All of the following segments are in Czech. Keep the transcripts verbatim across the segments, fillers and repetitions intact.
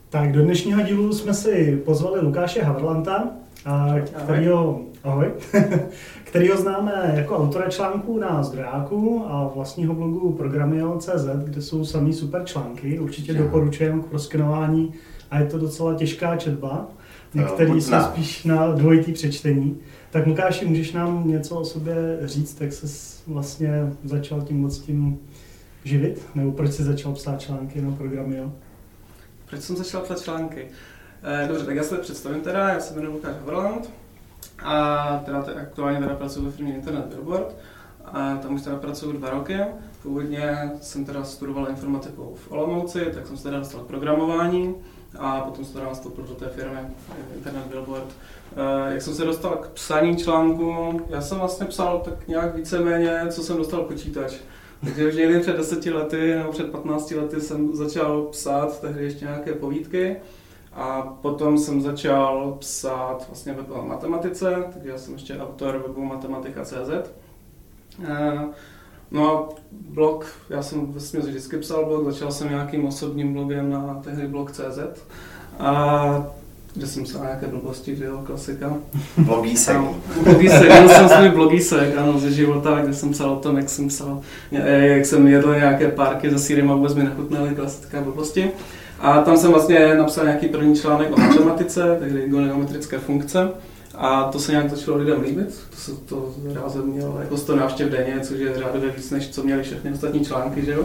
Tak do dnešního dílu jsme si pozvali Lukáše Havrlanta, kterýho, ahoj, kterýho známe jako autora článků na Zdrojáku a vlastního blogu Programio tečka cé zet, kde jsou samý super články, určitě doporučujeme k proskenování a je to docela těžká četba, některý jsou spíš na dvojitý přečtení. Tak Lukáši, můžeš nám něco o sobě říct, jak jsi vlastně začal tímhle s tím živit, nebo proč jsi začal psát články na Programio? Proč jsem začal psát články? Eh, dobře, tak já se představím teda, já se jmenuji Lukáš Havrlant a teda aktuálně teda pracuji ve firmě Internet Billboard a tam už teda pracuji dva roky. Původně jsem teda studoval informatiku v Olomouci, tak jsem se teda dostal k programování a potom jsem teda nastoupil do té firmy Internet Billboard. Eh, jak jsem se dostal k psaní článku, já jsem vlastně psal tak nějak víceméně, co jsem dostal počítač. Takže už někdy před deseti lety nebo před patnácti lety jsem začal psát tehdy ještě nějaké povídky a potom jsem začal psát vlastně web o matematice, takže já jsem ještě autor webu matematika tečka cé zet. No a blog, já jsem vlastně vždycky psal blog, začal jsem nějakým osobním blogem na tehdy blog tečka cé zet a kde jsem psal nějaké blbosti, že jo, klasika. Blogísek. No, blogísek, měl jsem svůj blogísek, ano, ze života, kde jsem psal o tom, jak jsem psal, jak jsem jedl nějaké párky za sýrem a vůbec mi nechutnaly, klasická blbosti. A tam jsem vlastně napsal nějaký první článek o matematice, tehdy geometrické funkce. A to se nějak začalo lidem líbit, to se to rázem mělo jako sto návštěv denně, což je řádově víc, než co měli všechny ostatní články, že jo.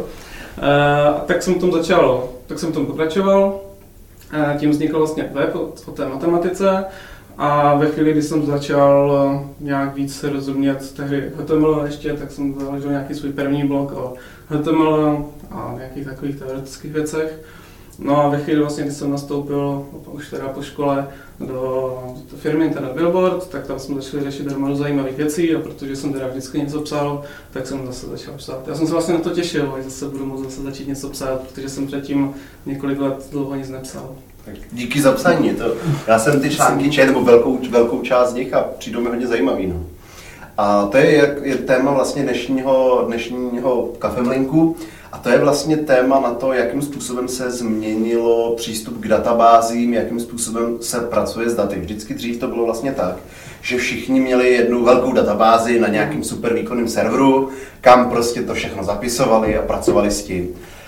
A tak jsem tom začal, tak jsem tom pokračoval. A tím vznikl vlastně web o, o té matematice a ve chvíli, kdy jsem začal nějak víc rozumět tehdy H T M L ještě, tak jsem založil nějaký svůj první blog o H T M L a nějakých takových teoretických věcech. No a ve chvíli, vlastně, kdy jsem nastoupil už teda po škole do firmy Internet Billboard, tak tam jsme začali řešit hromadu zajímavých věcí a protože jsem teda vždycky něco psal, tak jsem zase začal psát. Já jsem se vlastně na to těšil, že zase budu moct zase začít něco psát, protože jsem předtím několik let dlouho nic nepsal. Tak díky za psaní, to, já jsem ty články četl, nebo velkou, velkou část z nich a přijdou mi hodně zajímavý. No. A to je, jak, je téma vlastně dnešního, dnešního kafemlinku a to je vlastně téma na to, jakým způsobem se změnilo přístup k databázím, jakým způsobem se pracuje s daty. Vždycky dřív to bylo vlastně tak, že všichni měli jednu velkou databázi na nějakým super výkonným serveru, kam prostě to všechno zapisovali a pracovali s tím.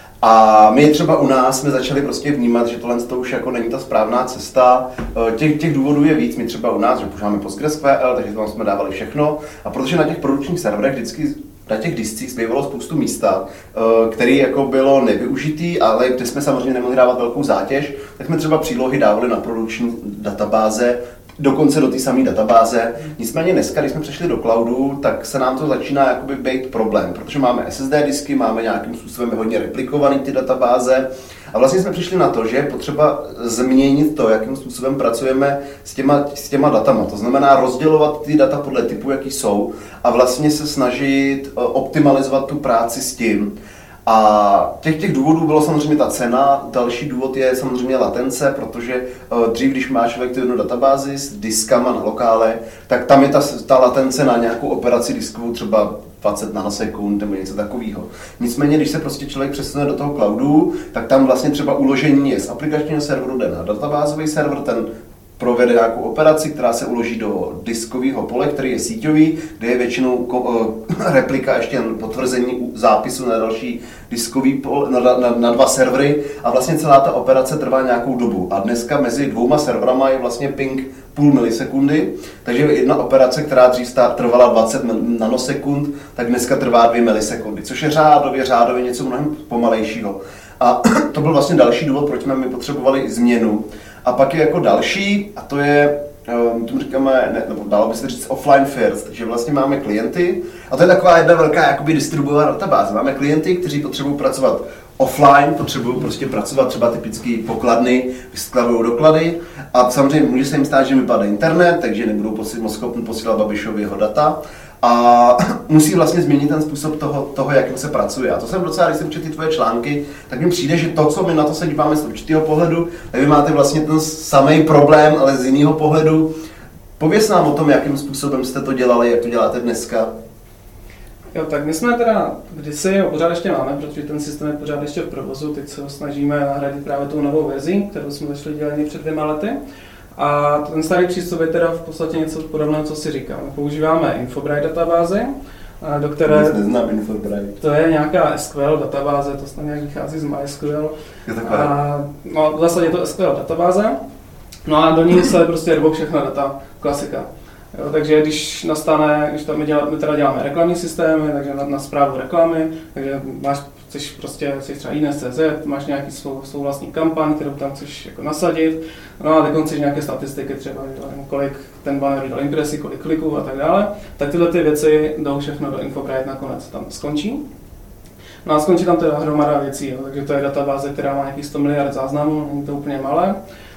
A my třeba u nás jsme začali prostě vnímat, že tohle to už jako není ta správná cesta. Těch, těch důvodů je víc, my třeba u nás, že používáme PostgreSQL, takže tam jsme dávali všechno. A protože na těch produkčních serverech vždycky na těch discích zbývalo spoustu místa, které jako bylo nevyužitý, ale kde jsme samozřejmě nemohli dávat velkou zátěž, tak jsme třeba přílohy dávali na produkční databáze, dokonce do té samé databáze. Nicméně dneska, když jsme přešli do cloudu, tak se nám to začíná jakoby být problém, protože máme S S D disky, máme nějakým způsobem hodně replikovaný ty databáze a vlastně jsme přišli na to, že je potřeba změnit to, jakým způsobem pracujeme s těma, s těma datama. To znamená rozdělovat ty data podle typu, jaký jsou a vlastně se snažit optimalizovat tu práci s tím. A těch, těch důvodů bylo samozřejmě ta cena, další důvod je samozřejmě latence, protože uh, dřív, když máš člověk tu jednu databázi s diskama na lokále, tak tam je ta, ta latence na nějakou operaci diskovou třeba dvacet nanosekund nebo něco takového. Nicméně, když se prostě člověk přesune do toho cloudu, tak tam vlastně třeba uložení je z aplikačního serveru, jde na databázový server, ten provede nějakou operaci, která se uloží do diskového pole, který je síťový, kde je většinou replika ještě potvrzení zápisu na další diskový pole, na, na, na dva servery a vlastně celá ta operace trvá nějakou dobu. A dneska mezi dvouma serverama je vlastně ping půl milisekundy, takže jedna operace, která dřív trvala dvacet nanosekund, tak dneska trvá dvě milisekundy, což je řádově, řádově něco mnohem pomalejšího. A to byl vlastně další důvod, proč jsme my potřebovali změnu. A pak je jako další, a to je, tomu říkáme, ne, nebo dalo by se říct offline first, že vlastně máme klienty, a to je taková jedna velká jakoby distribuovaná databáze. Máme klienty, kteří potřebují pracovat offline, potřebují prostě pracovat třeba typicky pokladny, vyskladují doklady a samozřejmě může se jim stát, že vypadne internet, takže nebudou schopni posílat Babišovi jeho data. A musí vlastně změnit ten způsob toho, toho, jakým se pracuje. A to jsem docela, když jsem četl ty tvoje články, tak mi přijde, že to, co my na to se díváme z určitého pohledu, tak vy máte vlastně ten samý problém, ale z jiného pohledu. Pověz nám o tom, jakým způsobem jste to dělali, jak to děláte dneska. Jo, tak my jsme teda kdysi, jo, pořád ještě máme, protože ten systém je pořád ještě v provozu, teď se ho snažíme nahradit právě tou novou verzi, kterou jsme začali dělat před dvěma lety. A ten starý přístup je teda v podstatě něco podobného, co si říkal. Používáme Infobright databázi, do které... Nic neznám Infobright. To je nějaká S Q L databáze, to snad nějak vychází z MySQL. A, no, v zásadě je to S Q L databáze, no a do ní se prostě jdou všechna data, klasika. Jo, takže když nastane, když tam my, dělá, my teda děláme reklamní systémy, takže na, na správu reklamy, takže máš, chceš prostě, chceš třeba iNet tečka cé zet, máš nějaký svou, svou vlastní kampaň, kterou tam chceš jako nasadit, no a teď chceš nějaké statistiky třeba, kolik ten banner dal impresí, kolik kliků a tak dále, tak tyhle ty věci jdou všechno do Infobright nakonec tam skončí. No a skončí tam teda hromada věcí, jo, takže to je databáze, která má nějakých sto miliard záznamů, není to úplně malé,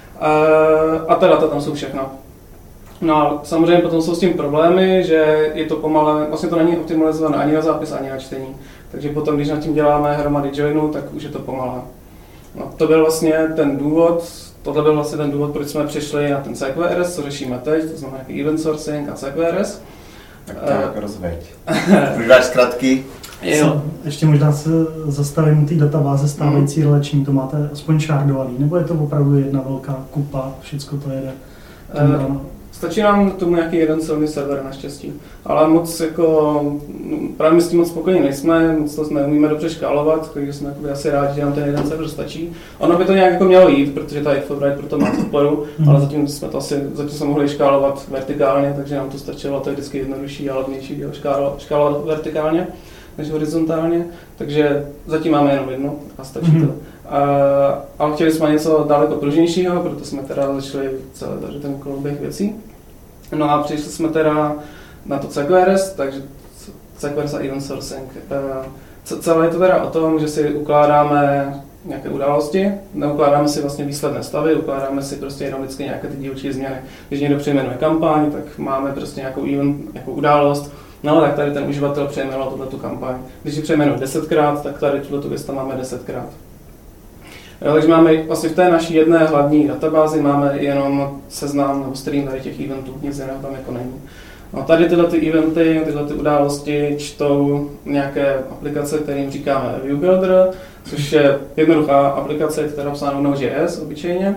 a ta data tam jsou všechno. No a samozřejmě potom jsou s tím problémy, že je to pomalé, vlastně to není optimalizované ani na zápis, ani na čtení. Takže potom, když nad tím děláme hromady joinů, tak už je to pomalé. No, to byl vlastně ten důvod, tohle byl vlastně ten důvod, proč jsme přišli na ten C Q R S, co řešíme teď, to znamená nějaký event sourcing a C Q R S. Tak to uh, jako rozveď. Používáš zkratky? Jo. Ještě možná se zastavím té databáze stávající mm. relační, to máte aspoň šárdovaný, nebo je to opravdu jedna velká kupa, všecko to jede? Uh, Stačí nám tomu nějaký jeden silný server naštěstí, ale moc jako, právě my s tím moc spokojení nejsme, moc to neumíme dobře škálovat, takže jsme asi rádi, že nám ten jeden server stačí. Ono by to nějak jako mělo jít, protože ta Infobright proto má podporu, mm. ale zatím jsme to asi, zatím jsme mohli škálovat vertikálně, takže nám to stačilo, to je vždycky jednodušší a levnější dělat škálovat, škálovat vertikálně než horizontálně, takže zatím máme jenom jedno a stačí mm. to. Ale chtěli jsme něco daleko pružnějšího, proto jsme teda začali celý ten koloběh věcí. No a přišli jsme teda na to C Q R S, takže C Q R S a event sourcing. Celé je to teda o tom, že si ukládáme nějaké události, neukládáme si vlastně výsledné stavy, ukládáme si prostě jenom vždycky nějaké ty dílčí změny. Když někdo přejmenuje kampaň, tak máme prostě nějakou event, nějakou událost, no tak tady ten uživatel přejmenoval tuto kampaň. Když ji přejmenuje desetkrát, tak tady tuto věc tam máme desetkrát. Jo, takže máme vlastně v té naší jedné hlavní databázi máme jenom seznam nebo stream tady těch eventů, nic jiného tam jako není. No, tady tyhle ty eventy, tyhle ty události čtou nějaké aplikace, kterým říkáme View Builder, což je jednoduchá aplikace, která je psána v Node.js obyčejně.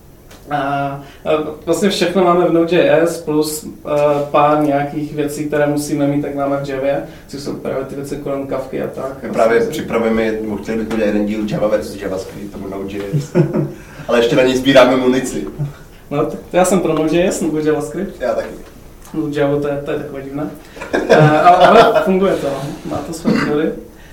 A vlastně všechno máme v Node.js plus pár nějakých věcí, které musíme mít, tak máme v Javě, což jsou právě ty věci kolem Kafky a tak. My právě připravujeme, nebo chtěli bychom dělat jeden díl Java versus JavaScript, tomu Node.js. Ale ještě na ní sbíráme munici. No, to já jsem pro Node.js nebo JavaScript. Já taky. No, Java to je, to je takové divné. ale, ale funguje to, má to své výhody.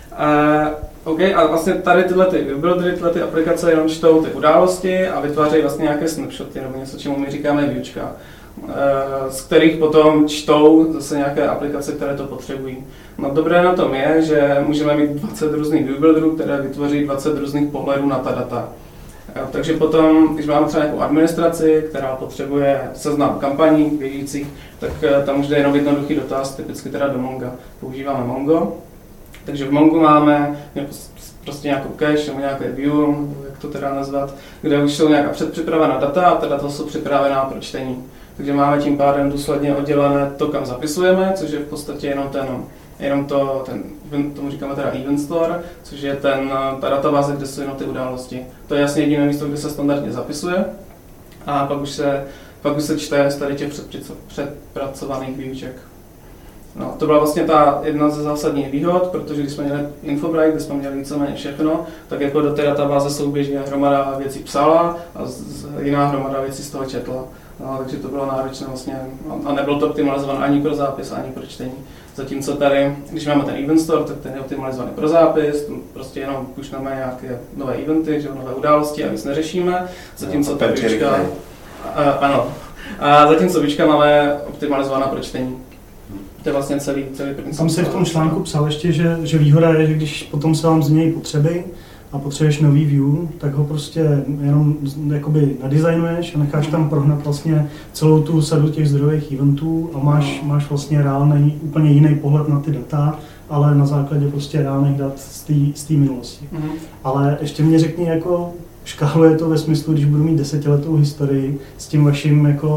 OK, a vlastně tady tyhle ty buildery, tyhle ty aplikace jenom čtou ty události a vytvářejí vlastně nějaké snapshoty nebo něco, čemu my říkáme viewčka, z kterých potom čtou zase nějaké aplikace, které to potřebují. No dobré na tom je, že můžeme mít dvacet různých viewbuilderů, které vytvoří dvacet různých pohledů na ta data. Takže potom, když máme třeba nějakou administraci, která potřebuje seznam kampaní běžících, tak tam už jde jenom jednoduchý dotaz, typicky teda do Monga. Používáme Mongo. Takže v Mongu máme prostě nějakou cache nebo nějaké view, jak to teda nazvat, kde už jsou nějaká předpřipravená data a ta data jsou připravená pro čtení. Takže máme tím pádem důsledně oddělené to, kam zapisujeme, což je v podstatě jenom ten, jenom to, ten, tomu říkáme teda event store, což je ten, ta databáze, kde jsou jenom ty události. To je jasně jediné místo, kde se standardně zapisuje a pak už se, pak už se čte z tady těch předpracovaných výuček. No, to byla vlastně ta jedna ze zásadních výhod, protože když jsme měli Infobright, kde jsme měli víceméně všechno, tak jako do té databáze souběžně hromada věcí psala a z, jiná hromada věcí z toho četla. No, takže to bylo náročné vlastně a nebylo to optimalizované ani pro zápis, ani pro čtení. Zatímco tady, když máme ten event store, tak ten je optimalizovaný pro zápis, prostě jenom pušneme nějaké nové eventy, že nové události a nic neřešíme. Zatímco ta výčka, ano, a zatímco výčka máme optimalizovaná pro čtení. To je vlastně celý, celý princip. Tam se v tom článku psal ještě, že, že výhoda je, že když potom se vám změní potřeby a potřebuješ nový view, tak ho prostě jenom jakoby nadizajnuješ a necháš tam prohnat vlastně celou tu sadu těch zdrojových eventů a máš, máš vlastně reálný, úplně jiný pohled na ty data, ale na základě prostě reálných dat z té minulosti. Mm-hmm. Ale ještě mě řekni, jako škáluje to ve smyslu, když budu mít desetiletou historii s tím vaším jako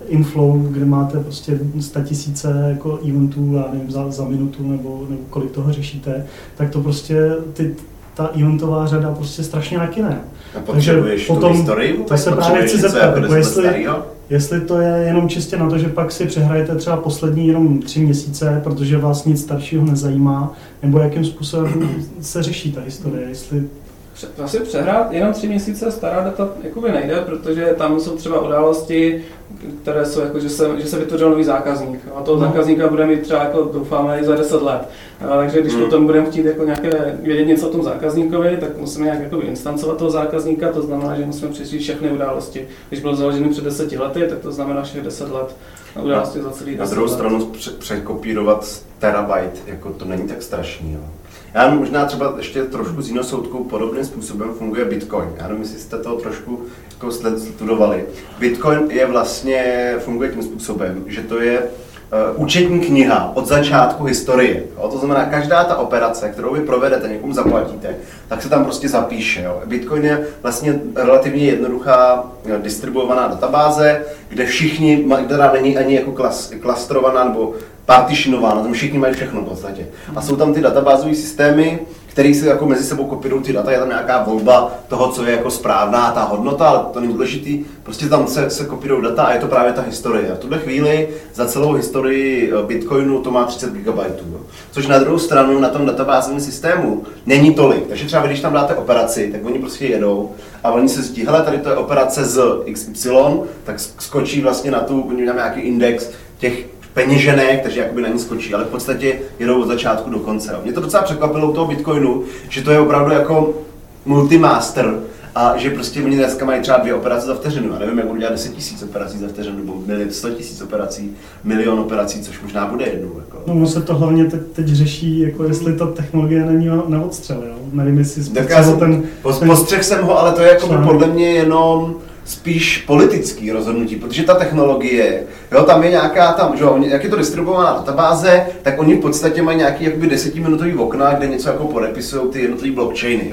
inflow, kde máte prostě statisíce jako eventů, já nevím, za, za minutu nebo, nebo kolik toho řešíte, tak to prostě ty, ta eventová řada prostě strašně nakyne. A potřebuješ tu potom, historii? To se právě chci zeptat, jako jako jestli, jestli to je jenom čistě na to, že pak si přehrajete třeba poslední jenom tři měsíce, protože vás nic staršího nezajímá, nebo jakým způsobem se řeší ta historie, jestli... Asi přehrát jenom tři měsíce stará data jakoby nejde, protože tam jsou třeba události, které jsou jako, že se, že se vytvořil nový zákazník. A toho no. zákazníka bude mít třeba jako, doufáme i za deset let. A takže když hmm. potom budeme chtít jako nějaké vědět něco o tom zákazníkovi, tak musíme nějak jako instancovat toho zákazníka, to znamená, že musíme přečíst všechny události. Když byl založený před deseti lety, tak to znamená všech deset let. A události za celý deset let. Na druhou stranu pře- překopírovat terabyte, jako to není tak strašný. Jo. Já možná třeba ještě trošku z jiného soudku podobným způsobem funguje Bitcoin. Já nevím, jestli jste to trošku jako studovali. Bitcoin je vlastně, funguje tím způsobem, že to je uh, účetní kniha od začátku historie. Jo? To znamená, každá ta operace, kterou vy provedete, někomu zaplatíte, tak se tam prostě zapíše. Jo? Bitcoin je vlastně relativně jednoduchá distribuovaná databáze, kde všichni, která není ani jako klas, klastrovaná nebo partitionována, tam všichni mají všechno v podstatě. A jsou tam ty databázové systémy, které si jako mezi sebou kopírují ty data, je tam nějaká volba toho, co je jako správná ta hodnota, ale to není důležitý, prostě tam se, se kopírují data a je to právě ta historie. A v tuhle chvíli za celou historii Bitcoinu to má třicet gigabajtů, jo. Což na druhou stranu na tom databázovém systému není tolik. Takže třeba když tam dáte operaci, tak oni prostě jedou a oni se zjistí, hele, tady to je operace z X Y, tak skočí vlastně na tu, oni tam nějaký index těch peněženek, takže jakoby na ní skočí, ale v podstatě jedou od začátku do konce. Mě to docela překvapilo u toho Bitcoinu, že to je opravdu jako multimaster a že prostě oni dneska mají třeba dvě operace za vteřinu. Já nevím, jak udělat deset tisíc operací za vteřinu, nebo sto tisíc operací, milion operací, což možná bude jednou. Jako. No, se to hlavně teď, teď řeší, jako jestli ta technologie není na odstřel, jo? Nevím, jestli jsem, ten... Postřeh jsem ho, ale to je jako podle mě jenom spíš politický rozhodnutí, protože ta technologie, jo, tam je nějaká tam, že jo, jak je to distribuovaná databáze, tak oni v podstatě mají nějaký jakoby desetiminutový okna, kde něco jako podepisují ty jednotlivé blockchainy, jo.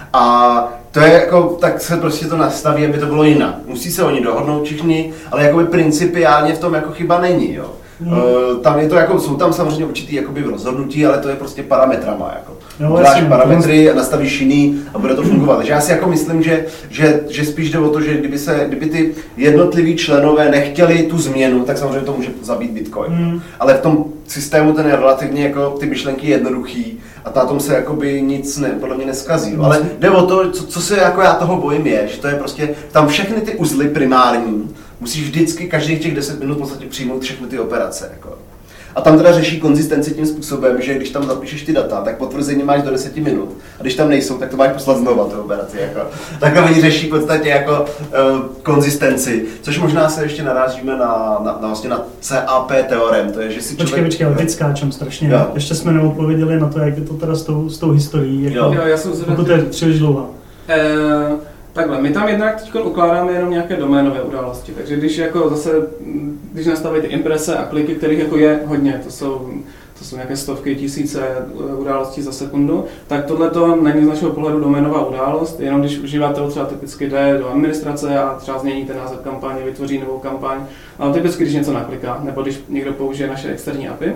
A to je jako, tak se prostě to nastaví, aby to bylo jinak. Musí se oni dohodnout všichni, ale jakoby principiálně v tom jako chyba není, jo. Hmm. Uh, tam je to jako, jsou tam samozřejmě určitý jakoby rozhodnutí, ale to je prostě parametrama, jako. No, dáš parametry a nastavíš jiný a bude to fungovat. Takže já si jako myslím, že, že, že spíš jde o to, že kdyby, se, kdyby ty jednotliví členové nechtěli tu změnu, tak samozřejmě to může zabít Bitcoin. Hmm. Ale v tom systému ten je relativně jako ty myšlenky jednoduchý a na tom se jakoby nic ne, podle mě neskazí. Hmm. Ale jde o to, co, co se jako já toho bojím je, že to je prostě tam všechny ty uzly primární, musíš vždycky každých těch deset minut v podstatě přijmout všechny ty operace. Jako. A tam teda řeší konzistenci tím způsobem, že když tam zapíšeš ty data, tak potvrzení máš do deseti minut. A když tam nejsou, tak to máš poslat znova, tu operaci. Jako. Takhle oni řeší v podstatě jako uh, konzistenci, což možná se ještě narážíme na, na, na, vlastně na C A P teorem. To je, že si člověk... Počkej, počkej, ale teď skáčem strašně. Jo. Ještě jsme neodpověděli na to, jak je to teda s tou, s tou historií. Jako, jo, já jsem zvedl... to je příliš dlouhá. Uh... Takhle, my tam jednak teď ukládáme jenom nějaké doménové události, takže když jako zase, když nastavíte imprese a kliky, kterých jako je hodně, to jsou, to jsou nějaké stovky, tisíce událostí za sekundu, tak tohle to není z našeho pohledu doménová událost, jenom když uživatel třeba typicky jde do administrace a třeba změníte název kampaně, vytvoří novou kampaň, ale typicky když něco nakliká, nebo když někdo použije naše externí A P I,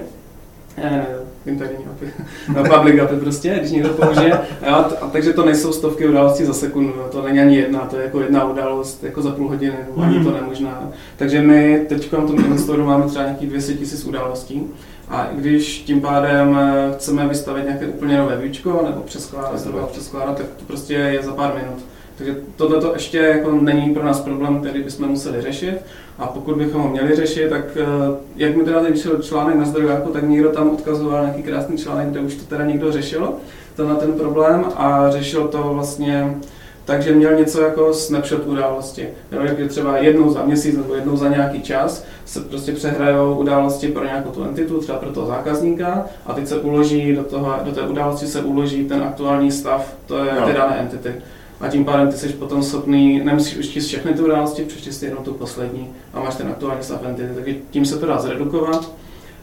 Ne, interní A P I, no, public A P I prostě, když někdo použije, a, a takže to nejsou stovky událostí za sekundu, to není ani jedna, to je jako jedna událost jako za půl hodiny, mm. ani to nemožná. Takže my teď v tom investoru máme třeba nějakých dvě stě tisíc událostí a když tím pádem chceme vystavit nějaké úplně nové víčko nebo přeskládat, nebo přeskládat, tak to prostě je za pár minut. Takže tohle to ještě jako není pro nás problém, který bychom museli řešit. A pokud bychom ho měli řešit, tak jak mi teda ten článek na Zdrojáku, tak někdo tam odkazoval nějaký krásný článek, kde už to teda někdo řešil, tenhle ten problém a řešil to vlastně takže měl něco jako snapshot události. Jak třeba jednou za měsíc nebo jednou za nějaký čas se prostě přehrajou události pro nějakou tu entitu, třeba pro toho zákazníka a teď se uloží do, toho, do té události se uloží ten aktuální stav té no. dané entity. A tím pádem ty jsi potom schopný, nemusíš už číst všechny ty události, přečti si jenom tu poslední a máš ten aktuální stav entity, takže tím se to dá zredukovat.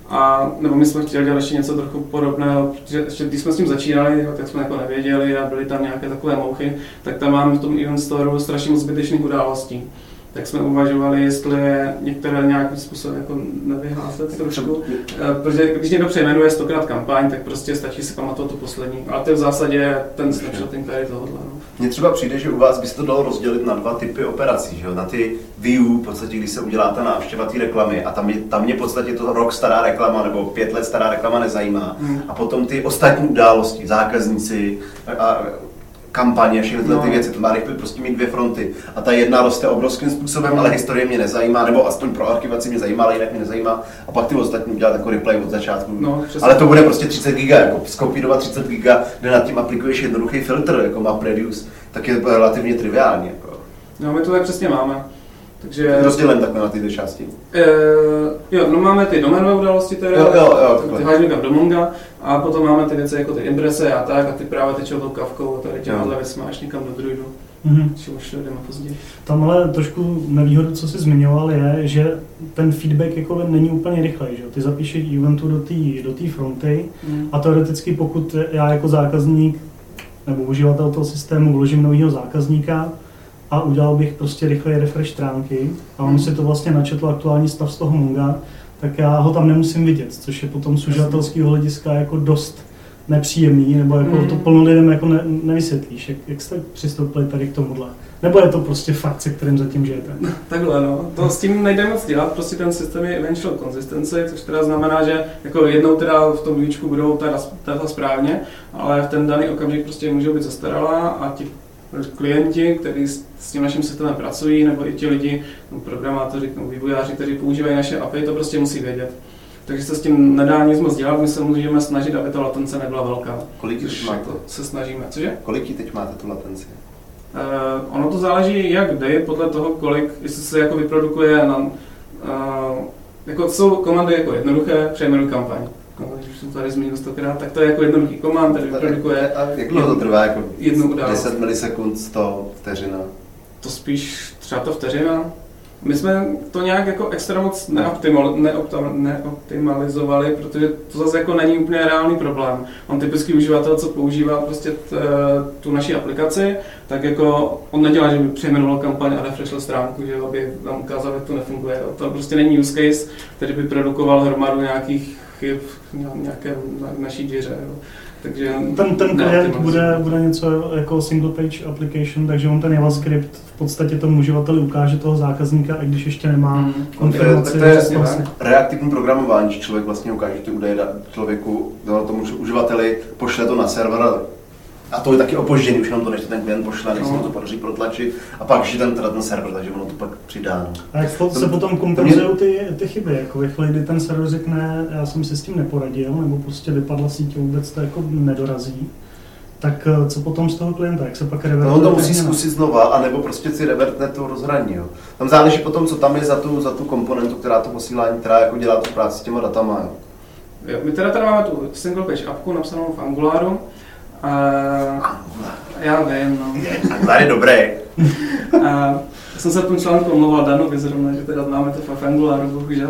A, nebo my jsme chtěli dělat ještě něco trochu podobného, protože ještě když jsme s tím začínali, tak jsme jako nevěděli a byly tam nějaké takové mouchy, tak tam mám v tom event storeu strašně moc zbytečných událostí. tak jsme uvažovali, jestli je některé nějakým způsobem jako nevyhlásat trošku. Protože když někdo přejmenuje stokrát kampaň, tak prostě stačí si pamatovat tu poslední. Ale to je v zásadě ten snapshotting tady tohohle. No. Mně třeba přijde, že u vás by se to dalo rozdělit na dva typy operací, že jo? Na ty view, v podstatě, když se udělá ta návštěva té reklamy a tam, je, tam mě v podstatě to rok stará reklama nebo pět let stará reklama nezajímá. Hmm. A potom ty ostatní události, zákazníci a, a kampaně, všechny tyhle no. ty věci, to má rychle prostě mít dvě fronty. A ta jedna roste obrovským způsobem, no. ale historie mě nezajímá, nebo aspoň pro archivaci mě zajímá, ale jinak mě nezajímá. A pak ty ostatní udělat jako replay od začátku. No, ale to bude prostě třicet giga, jako skopírovat třicet giga, kde nad tím aplikuješ jednoduchý filtr, jako má Reduce, tak je relativně triviální. Jako. No, my to tak přesně máme. Takže rozdělím takhle na ty dvě části. E, jo, no máme ty doménové události, které jo, jo, jo, ty hážeme kam do Monga, a potom máme ty věci jako ty imprese a tak, a ty právě tečou tou kavkou a tady těmhle věc máš někam do druidu. Mm-hmm. Či už jdeme později. Tam ale trošku nevýhodu, co jsi zmiňoval, je, že ten feedback jako není úplně rychlej, že? Ty zapíšeš eventu do té do té fronty mm. a teoreticky pokud já jako zákazník nebo uživatel toho systému vložím nového zákazníka a udělal bych prostě rychlej refresh stránky a on mm. si to vlastně načetl aktuální stav z toho Monga, tak já ho tam nemusím vidět, což je potom z uživatelského hlediska jako dost nepříjemný, nebo jako mm. to plno lidem jako ne, nevysvětlíš, jak, jak jste přistoupili tady k tomuhle? Nebo je to prostě fakt, se kterým zatím žijete? Takhle no, to s tím nejde moc dělat, prostě ten systém je eventual consistency, což teda znamená, že jako jednou teda v tom výčku budou ta data správně, ale v ten daný okamžik prostě můžou být zastaralá a ti klienti, kteří s tím naším systémem pracují, nebo i ti lidi, no, programátoři, no, vývojáři, kteří používají naše A P I, to prostě musí vědět. Takže se s tím nedá nic moc dělat, my se můžeme snažit, aby ta latence nebyla velká. Kolik teď máte? Se snažíme, cože? Kolik teď máte tu latenci? Uh, ono to záleží jak kdy, podle toho, kolik, jestli se jako vyprodukuje na, uh, jako jsou komandy jako jednoduché, přejmenuj kampaň. No, když už jsem tady zmínil stokrát, tak to je jako jednoduchý komand, který vyprodukuje. A jak dlouho to trvá? Jako jednu událost. deset milisekund, sto vteřina? To spíš třeba to vteřina. My jsme to nějak jako extra moc neoptimal, neoptam, neoptimalizovali, protože to zase jako není úplně reálný problém. On typický uživatel, co používá prostě t, tu naši aplikaci, tak jako on nedělá, že by přejmenoval kampaň a refreshil stránku, že aby tam ukázal, jak to nefunguje. To prostě není use case, který by produkoval hromadu nějakých chyb v nějaké na, naší díře. Jo. Takže ten, ten klient bude, bude něco jako single page application, takže on ten JavaScript v podstatě tomu uživateli ukáže toho zákazníka, i když ještě nemá mm. konfirmaci. Tak to je, to je reaktivní programování, že člověk vlastně ukáže ty údaje člověku, tomu uživateli, pošle to na server. A to je taky opožděný, už jenom to, než to ten klient pošle, než se mu to podaří protlačit a pak že ten, teda ten server, takže ono to pak přidá. No. A jak to, se potom kompenzují ty, ty chyby, jako ve chvíli, kdy ten server řekne, já jsem si s tím neporadil, nebo prostě vypadla síť, vůbec to jako nedorazí, tak co potom z toho klienta, jak se pak revertuje? No on to musí zkusit znova, anebo prostě si revertne to rozhraní. Jo. Tam záleží potom, co tam je za tu, za tu komponentu, která to posílání, která jako dělá tu práci s těma datama. Jo. Jo, my teda, teda máme tu single page appku napsanou v Angularu. Uh, já vím, no. Angular je dobrý. uh, jsem se v tom článku omlouval Danovi zrovna, že teda známe to v Angularu, bohužel.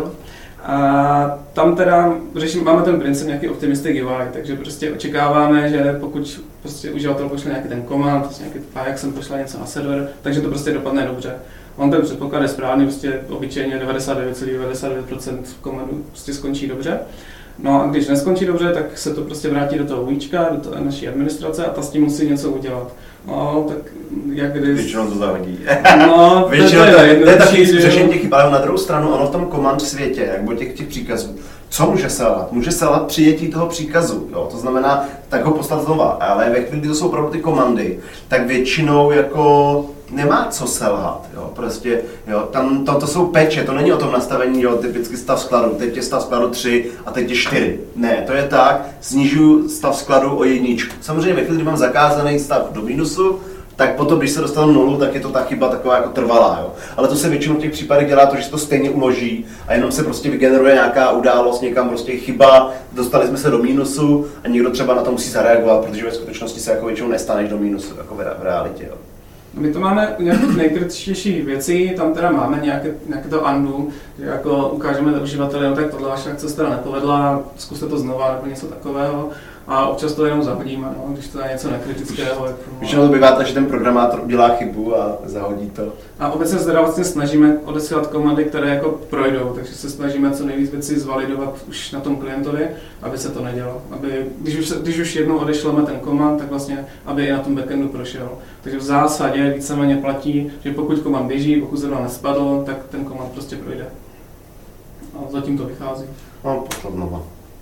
A tam teda řeším, máme ten princip nějaký optimistic U I, takže prostě očekáváme, že pokud prostě uživatel pošle nějaký ten command, prostě nějaký Ajax jsem pošle něco na server, takže to prostě dopadne dobře. On ten předpoklad je správný, prostě obyčejně devadesát devět celá devadesát devět procent komandů prostě skončí dobře. No a když neskončí dobře, tak se to prostě vrátí do toho UIčka, do toho naší administrace a ta s tím musí něco udělat. No, tak jak když... Většinou to zahodí. No, většinou to, to, je, to je taky řešení těch chyb, ale na druhou stranu, ono v tom command světě, nebo těch, těch příkazů, co může selhat? Může selhat přijetí toho příkazu, jo? To znamená, tak ho poslat znova, ale ve chvíli, kdy to jsou opravdu ty komandy, tak většinou jako nemá co selhat, jo, prostě, jo, tam to, to jsou peče, to není o tom nastavení, jo, typicky stav skladu, teď je stav skladu tři a teď je čtyři, ne, to je tak, snižuju stav skladu o jedničku. Samozřejmě ve chvíli, kdy mám zakázaný stav do mínusu, tak potom, když se dostanu nulu, tak je to ta chyba taková jako trvalá, jo. Ale to se většinou v těch případech dělá to, že se to stejně uloží a jenom se prostě vygeneruje nějaká událost, někam prostě chyba, dostali jsme se do mínusu a někdo třeba na to musí zareagovat, protože ve skutečnosti se jako většinou nestaneš do mínusu, jako v realitě, jo. My to máme u nějakých nejkritičtějších věcí, tam teda máme nějaké, nějaké to undo, že jako ukážeme uživateli, no tak tohle vaše akce se teda nepovedla, zkuste to znova nebo něco takového. a občas to jenom zahodíme, no, když to je něco nekritického. Jako, Většinou to bývá tak, že ten programátor udělá chybu a zahodí to. A obecně se teda vlastně snažíme odesílat komandy, které jako projdou, takže se snažíme co nejvíc věci zvalidovat už na tom klientovi, aby se to nedělo. Aby, když, už, když už jednou odešleme ten komand, tak vlastně, aby i na tom backendu prošel. Takže v zásadě víceméně platí, že pokud komand běží, pokud zrovna nespadl, tak ten komand prostě projde. A zatím to vychází. No, pošlo znova.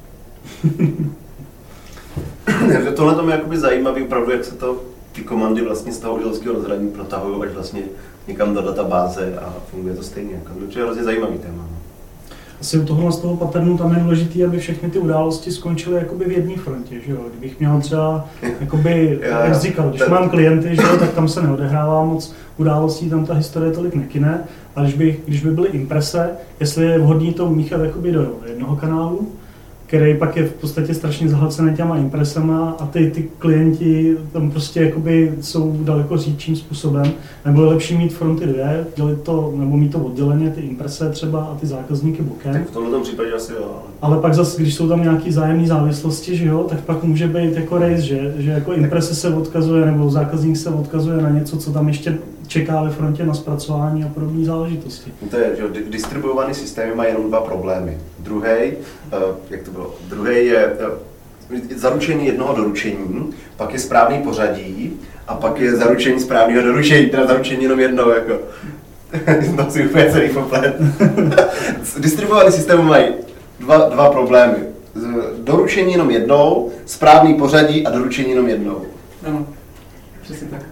Tohle to je jakoby zajímavý opravdu, jak se to ty komandy vlastně z toho uživatelského rozhraní protahují až vlastně někam do databáze a funguje to stejně. To je hrozně zajímavý téma. No. Asi u tohohle z toho paternu tam je důležité, aby všechny ty události skončily jakoby v jedné frontě, že jo? Kdybych měl třeba, jakoby, jak jsi říkal, když mám klienty, že jo, tak tam se neodehrává moc událostí, tam ta historie tolik nekyne, a když by, když by byly imprese, jestli je vhodný to umíchat jakoby do jednoho kanálu, který pak je v podstatě strašně zahlcený těma impresama a ty, ty klienti tam prostě jakoby jsou daleko řídčím způsobem. Nebo je lepší mít fronty dvě, dělit to, nebo mít to odděleně, ty imprese třeba a ty zákazníky bokem. Tak v tomto případě asi jo. Ale pak zase, když jsou tam nějaké vzájemné závislosti, že jo, tak pak může být jako race, že, že jako imprese se odkazuje, nebo zákazník se odkazuje na něco, co tam ještě čeká ve frontě na zpracování a podobné záležitosti. To je, že distribuovaný systémy mají jenom dva problémy. Druhý, jak to bylo, druhý je zaručení jednoho doručení, pak je správný pořadí a pak je zaručení správného doručení, teda zaručení jenom jednou, jako. To si úplně celý poplet. Distribuovaný systémy mají dva, dva problémy. Doručení jenom jednou, správný pořadí a doručení jenom jednou. Ano, přesně tak.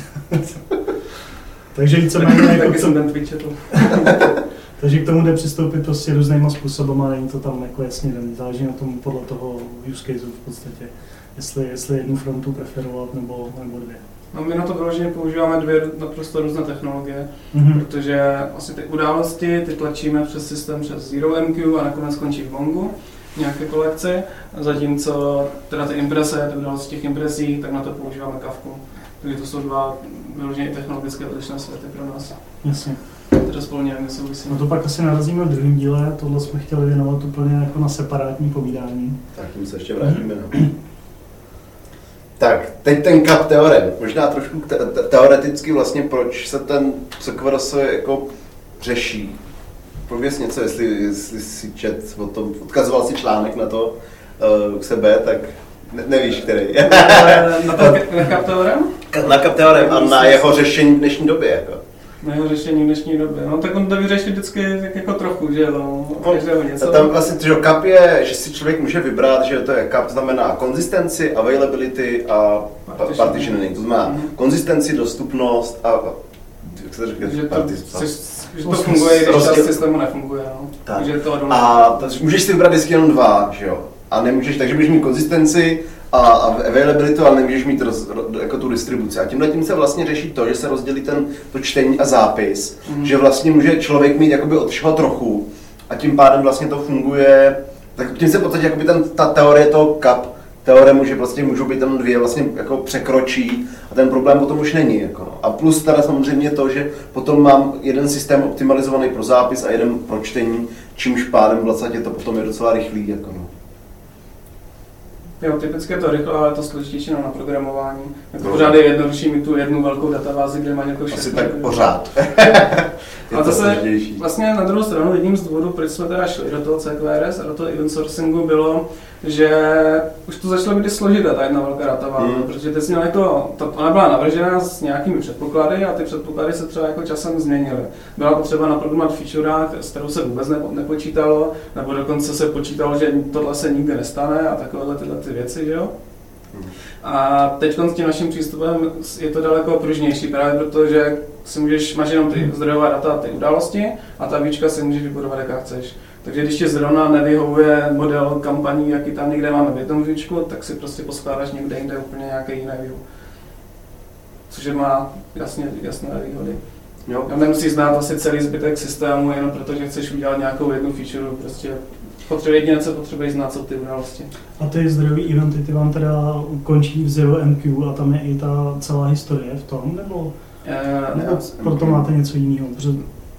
Takže víceméně jako taky jsem ten Twitch to. Takže k tomu jde přistoupit prostě různýma způsobem a není to tam jako jasně daný. Záleží na tom podle toho use caseu v podstatě, jestli, jestli jednu frontu preferovat nebo, nebo dvě. No, my na to vyloženě používáme dvě naprosto různé technologie, mm-hmm. protože vlastně ty události ty tlačíme přes systém přes Zero M Q a nakonec končí v Mongu nějaké kolekci, zatímco teda ty imprese, ty události těch impresí, tak na to používáme Kafku. Takže to jsou dva vyloženě technologické odlišné světy pro nás. Jasně. Teda spolu nějak nesouvisí. No to pak asi narazíme v druhém díle, tohle jsme chtěli věnovat úplně jako na separátní povídání. Tak tím se ještě vrátíme. No. Tak, teď ten cap teorem. Možná trošku te- te- teoreticky vlastně, proč se ten C Q R S jako řeší. Pověz něco, jestli, jestli si čet o tom, odkazoval si článek na to uh, k sebe, tak ne, nevíš, který. Na, to, na cap teorem? Na cap teorem a na jeho řešení v dnešní době. Jako. Na jeho řešení v dnešní době. No tak on to vyřeší vždycky jako trochu, že jo, každého něco. Tam vlastně, že cap je, že si člověk může vybrat, že to je cap znamená konzistenci, availability a partitioning. To znamená mm. konzistenci, dostupnost a jak se říká, že to, že to funguje, když část systému nefunguje. No. Tak. Je to a můžeš si vybrat vždycky jenom dva, že jo. A nemůžeš, takže budeš mít konzistenci a, a availability, ale nemůžeš mít roz, jako tu distribuci. A tímhle tím se vlastně řeší to, že se rozdělí ten, to čtení a zápis, mm. že vlastně může člověk mít jakoby od všeho trochu a tím pádem vlastně to funguje, tak tím se v podstatě jakoby ten, ta teorie toho cap teoremu, že vlastně můžou být tam dvě vlastně jako překročí a ten problém potom už není. Jako no. A plus teda samozřejmě to, že potom mám jeden systém optimalizovaný pro zápis a jeden pro čtení, čímž pádem vlastně to potom je docela rychlý. Jako no. Jo, typicky je to rychle, ale je to složitější na naprogramování. Jako pořád je jednodušší mít tu jednu velkou databázi, kde má několik všechno. Asi tak pořád. A to se vlastně na druhou stranu jedním z důvodů, proč jsme teda šli do toho C Q R S a do toho event sourcingu bylo, že už to začalo být složité, ta jedna velká databáze, hmm. protože teď měla jako, ta, ona byla navržena s nějakými předpoklady a ty předpoklady se třeba jako časem změnily. Byla potřeba naprogramovat feature, s kterou se vůbec nepo, nepočítalo, nebo dokonce se počítalo, že tohle se nikdy nestane a takovéhle tyhle ty věci, že jo? Hmm. A teď s tím naším přístupem je to daleko pružnější, právě protože si můžeš, máš jenom ty zdrojové data, ty události a ta víčka si můžeš vybudovat, jaká chceš. Takže když ti zrovna nevyhovuje model kampaní, jaký tam někde máme v jednom víčku, tak si prostě poskládáš někde jinde úplně nějaké jiné view. Což má jasně, jasné výhody. Jo. A nemusíš znát asi celý zbytek systému, jenom protože chceš udělat nějakou jednu feature, prostě potřebuje jediné, co potřebuješ znát, jsou ty události. A ty zdrojové eventy, ty vám teda končí v Zero M Q a tam je i ta celá historie v tom, nebo, e, nebo proto máte něco jiného? Protože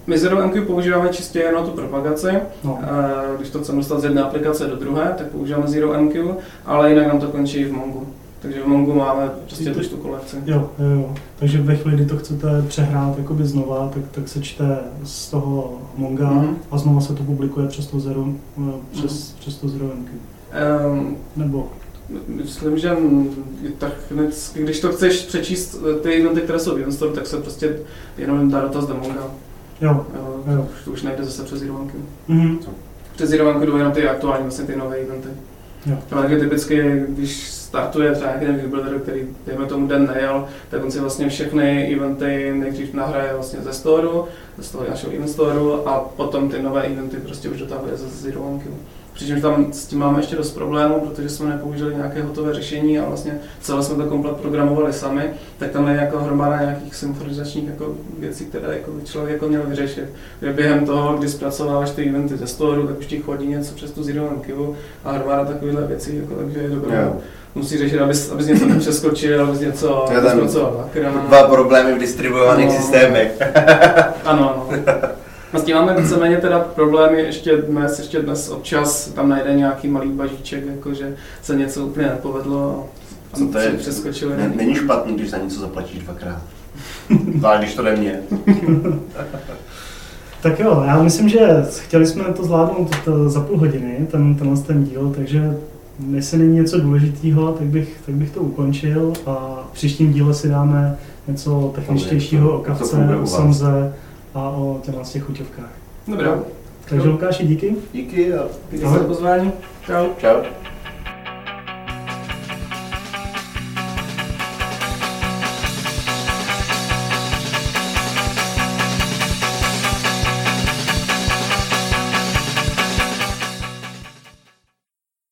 My Zero M Q používáme čistě jen na tu propagaci. No. Když to chceme dostat z jedné aplikace do druhé, tak používáme Zero M Q, ale jinak nám to končí i v Mongu. Takže v Mongu máme prostě tu, tu kolekci. Jo, jo, jo. Takže ve chvíli, kdy to chcete přehrát jakoby znova, tak, tak se čte z toho Monga mm-hmm. a znova se to publikuje přes to Zero, přes, mm-hmm. přes to Zero M Q. Um, Nebo? Myslím, že tak když to chceš přečíst ty eventy, které jsou v Event Store, tak se prostě jenom dá dotaz do Monga. Jo, jo. jo. To už nejde zase přes Zero M Q. Mm-hmm. Přes Zero M Q jdou jenom ty aktuální, vlastně ty nové eventy. Jo. Takže typicky, když startuje třeba nějaký builder, který dejme tomu den nejel, tak on si vlastně všechny eventy nejdřív nahraje vlastně ze storeu, ze toho našeho event storeu a potom ty nové eventy prostě už dotahuje ze Zero M Q. Přičemž tam s tím máme ještě dost problémů, protože jsme nepoužili nějaké hotové řešení a vlastně celé jsme to komplet programovali sami, tak tam je jako hromada nějakých synchronizačních jako věcí, které jako člověk jako měl vyřešit. Že během toho, kdy zpracováváš ty eventy ze storeu, tak už ti chodí něco přes tu Zero M Q a hromada takovýchhle věcí, jako, takže je dobré. Yeah. Musí řešit, abys, abys něco nepřeskočil, abys něco zpracoval. Dva problémy v distribuovaných no, systémech. Ano, ano. A s tím máme víceméně teda problémy ještě dnes, ještě dnes občas tam najde nějaký malý bažíček, jakože se něco úplně nepovedlo a co to je, přeskočili. Ne, není špatný, když za něco zaplatíš dvakrát. Ale když to jde mně. Tak jo, já myslím, že chtěli jsme to zvládnout to za půl hodiny, ten, tenhle ten díl, takže jestli není něco důležitého, tak bych, tak bych to ukončil a v příštím díle si dáme něco techničtějšího o kavce, o Samze a o těchto z těch chuťovkách. Dobrá. Takže Lukáši, díky. Díky a díky za pozvání. Čau. Čau.